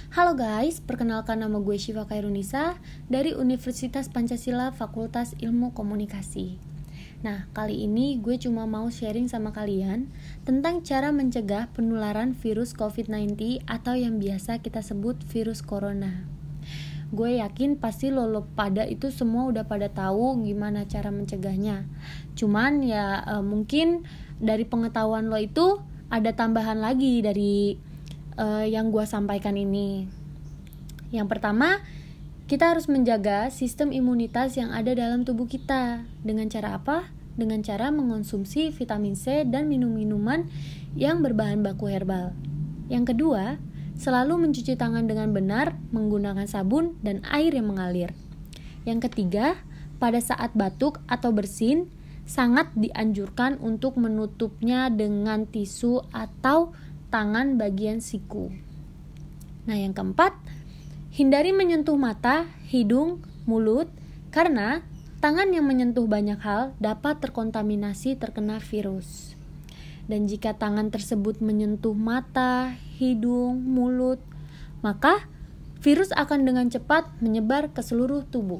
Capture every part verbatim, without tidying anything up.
Halo guys, perkenalkan nama gue Syifa Khairunisa dari Universitas Pancasila Fakultas Ilmu Komunikasi. Nah, kali ini gue cuma mau sharing sama kalian tentang cara mencegah penularan virus covid sembilan belas atau yang biasa kita sebut virus corona. Gue yakin pasti lo, lo pada itu semua udah pada tahu gimana cara mencegahnya. Cuman ya e, mungkin dari pengetahuan lo itu ada tambahan lagi dari e, yang gue sampaikan ini. Yang pertama, kita harus menjaga sistem imunitas yang ada dalam tubuh kita. Dengan cara apa? Dengan cara mengonsumsi vitamin C dan minum minuman yang berbahan baku herbal. Yang kedua, selalu mencuci tangan dengan benar menggunakan sabun dan air yang mengalir. Yang ketiga, pada saat batuk atau bersin, sangat dianjurkan untuk menutupnya dengan tisu atau tangan bagian siku. Nah, yang keempat, hindari menyentuh mata, hidung, mulut, karena tangan yang menyentuh banyak hal dapat terkontaminasi terkena virus. Dan jika tangan tersebut menyentuh mata, hidung, mulut, maka virus akan dengan cepat menyebar ke seluruh tubuh.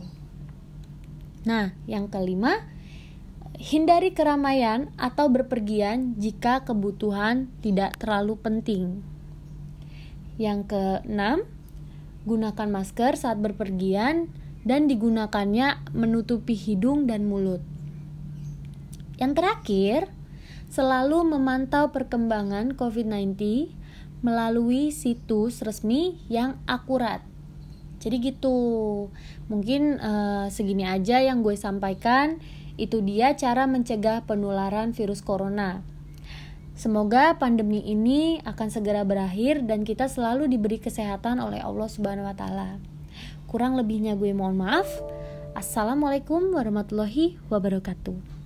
Nah, yang kelima, hindari keramaian atau berpergian jika kebutuhan tidak terlalu penting. Yang keenam, gunakan masker saat berpergian dan digunakannya menutupi hidung dan mulut. Yang terakhir, selalu memantau perkembangan covid sembilan belas melalui situs resmi yang akurat. Jadi gitu. Mungkin uh, segini aja yang gue sampaikan. Itu dia cara mencegah penularan virus corona. Semoga pandemi ini akan segera berakhir dan kita selalu diberi kesehatan oleh Allah Subhanahu wa taala. Kurang lebihnya gue mohon maaf. Assalamualaikum warahmatullahi wabarakatuh.